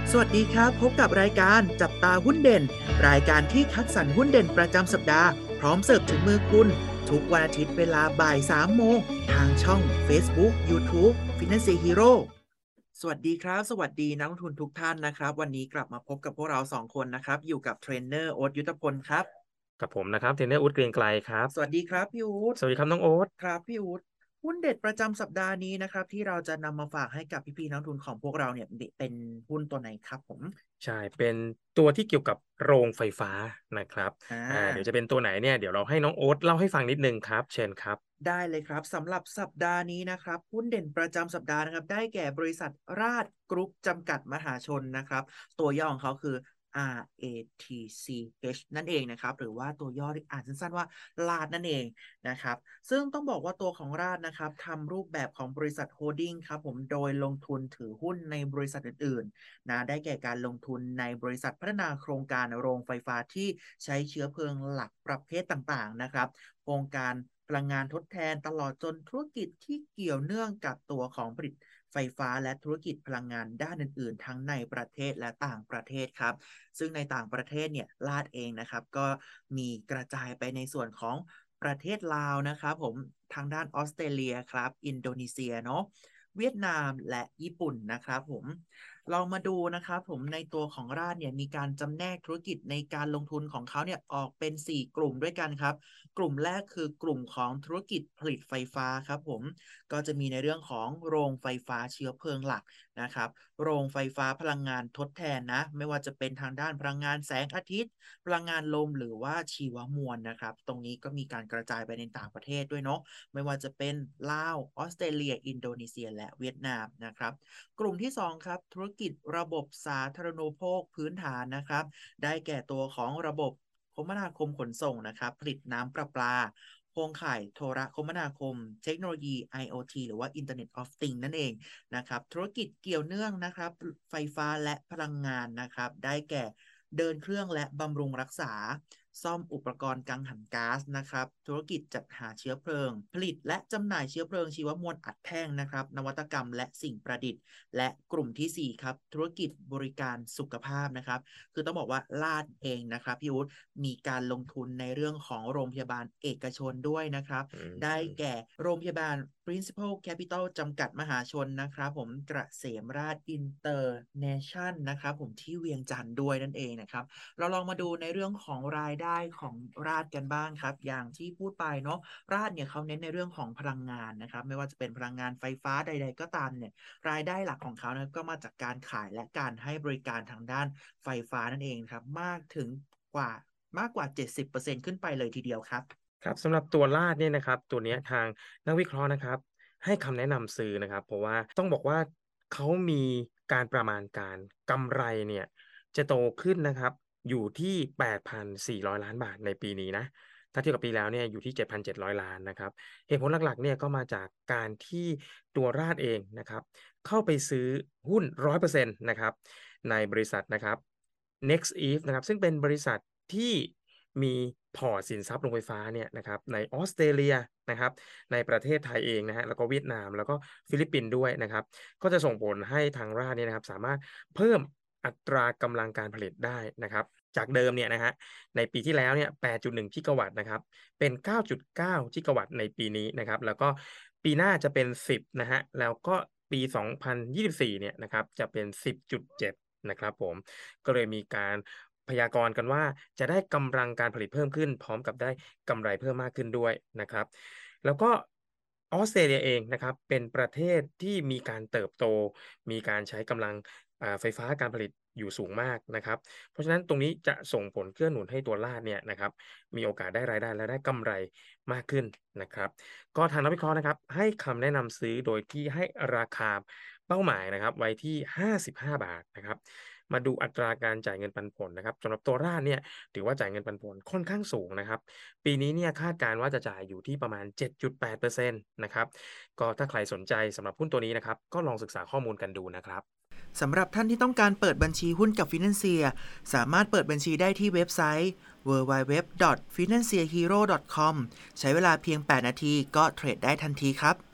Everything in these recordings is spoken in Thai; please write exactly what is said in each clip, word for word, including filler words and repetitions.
สวัสดีครับพบกับรายการจับตาหุ้นเด่นรายการที่คัดสรรหุ้นเด่นประจำสัปดาห์พร้อมเสิร์ฟถึงมือคุณทุกวันอาทิตย์เวลาบ่ายสามโมงทางช่อง Facebook YouTube Financial Hero สวัสดีครับสวัสดีนักลงทุนทุกท่านนะครับวันนี้กลับมาพบกับพวกเราสองคนนะครับอยู่กับเทรนเนอร์โอ๊ตยุทธพลครับกับผมนะครับเทรนเนอร์อุ๊ดเกรียงไกรครับสวัสดีครับพี่อู๊ดสวัสดีครับน้องโอ๊ตครับพี่อู๊ดหุ้นเด็ดประจำสัปดาห์นี้นะครับที่เราจะนำมาฝากให้กับพี่ๆนักลงทุนของพวกเราเนี่ยเป็นหุ้นตัวไหนครับผมใช่เป็นตัวที่เกี่ยวกับโรงไฟฟ้านะครับอ่าอ่าเดี๋ยวจะเป็นตัวไหนเนี่ยเดี๋ยวเราให้น้องโอ๊ตเล่าให้ฟังนิดนึงครับเชิญครับได้เลยครับสำหรับสัปดาห์นี้นะครับหุ้นเด่นประจำสัปดาห์นะครับได้แก่บริษัทราชกรุ๊ปจำกัดมหาชนนะครับตัวย่อของเขาคือ อาร์ เอ ที ซี เอช นั่นเองนะครับหรือว่าตัวย่อที่อ่านสั้นๆว่าลาดนั่นเองนะครับซึ่งต้องบอกว่าตัวของราชนะครับทำรูปแบบของบริษัทโฮลดิ้งครับผมโดยลงทุนถือหุ้นในบริษัทอื่นๆนะได้แก่การลงทุนในบริษัทพัฒนาโครงการโรงไฟฟ้าที่ใช้เชื้อเพลิงหลักประเภทต่างๆนะครับโครงการพลังงานทดแทนตลอดจนธุรกิจที่เกี่ยวเนื่องกับตัวของผลิตไฟฟ้าและธุรกิจพลังงานด้านอื่นๆทั้งในประเทศและต่างประเทศครับซึ่งในต่างประเทศเนี่ยลาดเองนะครับก็มีกระจายไปในส่วนของประเทศลาวนะครับผมทางด้านออสเตรเลียครับอินโดนีเซียเนาะเวียดนามและญี่ปุ่นนะครับผมลองมาดูนะครับผมในตัวของราชเนี่ยมีการจำแนกธุรกิจในการลงทุนของเขาเนี่ยออกเป็นสี่กลุ่มด้วยกันครับ กลุ่มแรกคือกลุ่มของธุรกิจผลิตไฟฟ้าครับผมก็จะมีในเรื่องของโรงไฟฟ้าเชื้อเพลิงหลักนะครับโรงไฟฟ้าพลังงานทดแทนนะไม่ว่าจะเป็นทางด้านพลังงานแสงอาทิตย์พลังงานลมหรือว่าชีวมวลนะครับตรงนี้ก็มีการกระจายไปในต่างประเทศด้วยเนาะไม่ว่าจะเป็นลาวออสเตรเลียอินโดนีเซียและเวียดนามนะครับกลุ่มที่สองครับธุรกิจระบบสาธารณูปโภคพื้นฐานนะครับได้แก่ตัวของระบบ คมนาคมขนส่งนะครับผลิตน้ำประปาโครงข่ายโทรคมนาคมเทคโนโลยี ไอ โอ ที หรือว่า Internet of Things นั่นเองนะครับธุรกิจเกี่ยวเนื่องนะครับไฟฟ้าและพลังงานนะครับได้แก่เดินเครื่องและบำรุงรักษาซ่อมอุปกรณ์กังหันก๊าซนะครับธุรกิจจัดหาเชื้อเพลิงผลิตและจำหน่ายเชื้อเพลิงชีวมวลอัดแท่งนะครับนวัตกรรมและสิ่งประดิษฐ์และกลุ่มที่สี่ครับธุรกิจบริการสุขภาพนะครับคือต้องบอกว่าลาดเองนะครับพี่อู๊ดมีการลงทุนในเรื่องของโรงพยาบาลเอกชนด้วยนะครับอืได้มแก่โรงพยาบาล Principal Capital จำกัดมหาชนนะครับผมเกษมราษฎร์อินเตอร์เนชั่นนะครับผมที่เวียงจันทร์ด้วยนั่นเองนะครับเราลองมาดูในเรื่องของรายได้ของราษฎร์กันบ้างครับอย่างที่พูดไปเนาะราษฎร์เนี่ยเขาเน้นในเรื่องของพลังงานนะครับไม่ว่าจะเป็นพลังงานไฟฟ้าใดๆก็ตามเนี่ยรายได้หลักของเขานะก็มาจากการขายและการให้บริการทางด้านไฟฟ้านั่นเองครับมากถึงกว่ามากกว่า เจ็ดสิบเปอร์เซ็นต์ ขึ้นไปเลยทีเดียวครับครับสำหรับตัวลาดเนี่ยนะครับตัวเนี้ยทางนักวิเคราะห์นะครับให้คำแนะนำซื้อนะครับเพราะว่าต้องบอกว่าเขามีการประมาณการกำไรเนี่ยจะโตขึ้นนะครับอยู่ที่แปดพันสี่ร้อยล้านบาทในปีนี้นะถ้าเทียบกับปีแล้วเนี่ยอยู่ที่เจ็ดพันเจ็ดร้อยล้านนะครับเหตุผลหลักๆเนี่ยก็มาจากการที่ตัวราดเองนะครับเข้าไปซื้อหุ้นหนึ่งร้อยเปอร์เซ็นต์นต์นะครับในบริษัทนะครับ Next Eve นะครับซึ่งเป็นบริษัทที่มีพอร์ตสินทรัพย์โรงไฟฟ้าเนี่ยนะครับในออสเตรเลียนะครับในประเทศไทยเองนะฮะแล้วก็เวียดนามแล้วก็ฟิลิปปินส์ด้วยนะครับก็จะส่งผลให้ทางราชเนี่ยนะครับสามารถเพิ่มอัตรากำลังการผลิตได้นะครับจากเดิมเนี่ยนะฮะในปีที่แล้วเนี่ยแปดจุดหนึ่งกิกะวัตต์นะครับเป็นเก้าจุดเก้ากิกะวัตต์ในปีนี้นะครับแล้วก็ปีหน้าจะเป็นสิบนะฮะแล้วก็ปีสองพันยี่สิบสี่เนี่ยนะครับจะเป็นสิบจุดเจ็ดนะครับผมก็เลยมีการ พยากรณ์กันว่าจะได้กำลังการผลิตเพิ่มขึ้นพร้อมกับได้กำไรเพิ่มมากขึ้นด้วยนะครับแล้วก็ออสเตรเลียเองนะครับเป็นประเทศที่มีการเติบโตมีการใช้กำลังอ่าไฟฟ้าการผลิตอยู่สูงมากนะครับเพราะฉะนั้นตรงนี้จะส่งผลเกื้อหนุนให้ตัวลาดเนี่ยนะครับมีโอกาสได้รายได้และได้กำไรมากขึ้นนะครับก็ทางนักวิเคราะห์นะครับให้คำแนะนำซื้อโดยที่ให้ราคาเป้าหมายนะครับไว้ที่ห้าสิบห้าบาทนะครับมาดูอัตราการจ่ายเงินปันผลนะครับสำหรับตัวราดเนี่ยถือว่าจ่ายเงินปันผลค่อนข้างสูงนะครับปีนี้เนี่ยคาดการณ์ว่าจะจ่ายอยู่ที่ประมาณ เจ็ดจุดแปดเปอร์เซ็นต์ นต์นะครับก็ถ้าใครสนใจสำหรับหุ้นตัวนี้นะครับก็ลองศึกษาข้อมูลกันดูนะครับสำหรับท่านที่ต้องการเปิดบัญชีหุ้นกับ Financial สามารถเปิดบัญชีได้ที่เว็บไซต์ ดับเบิลยู ดับเบิลยู ดับเบิลยู ดอท ฟินแลนเซียฮีโร่ ดอท คอม ใช้เวลาเพียงแปดนาทีก็เทรดได้ทันทีครับ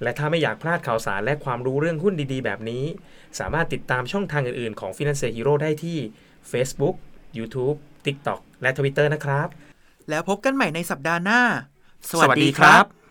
และถ้าไม่อยากพลาดข่าวสารและความรู้เรื่องหุ้นดีๆแบบนี้สามารถติดตามช่องทางอื่นๆของ Financial Hero ได้ที่ Facebook YouTube TikTok และ Twitter นะครับแล้วพบกันใหม่ในสัปดาห์หน้า สสวัสดีครับ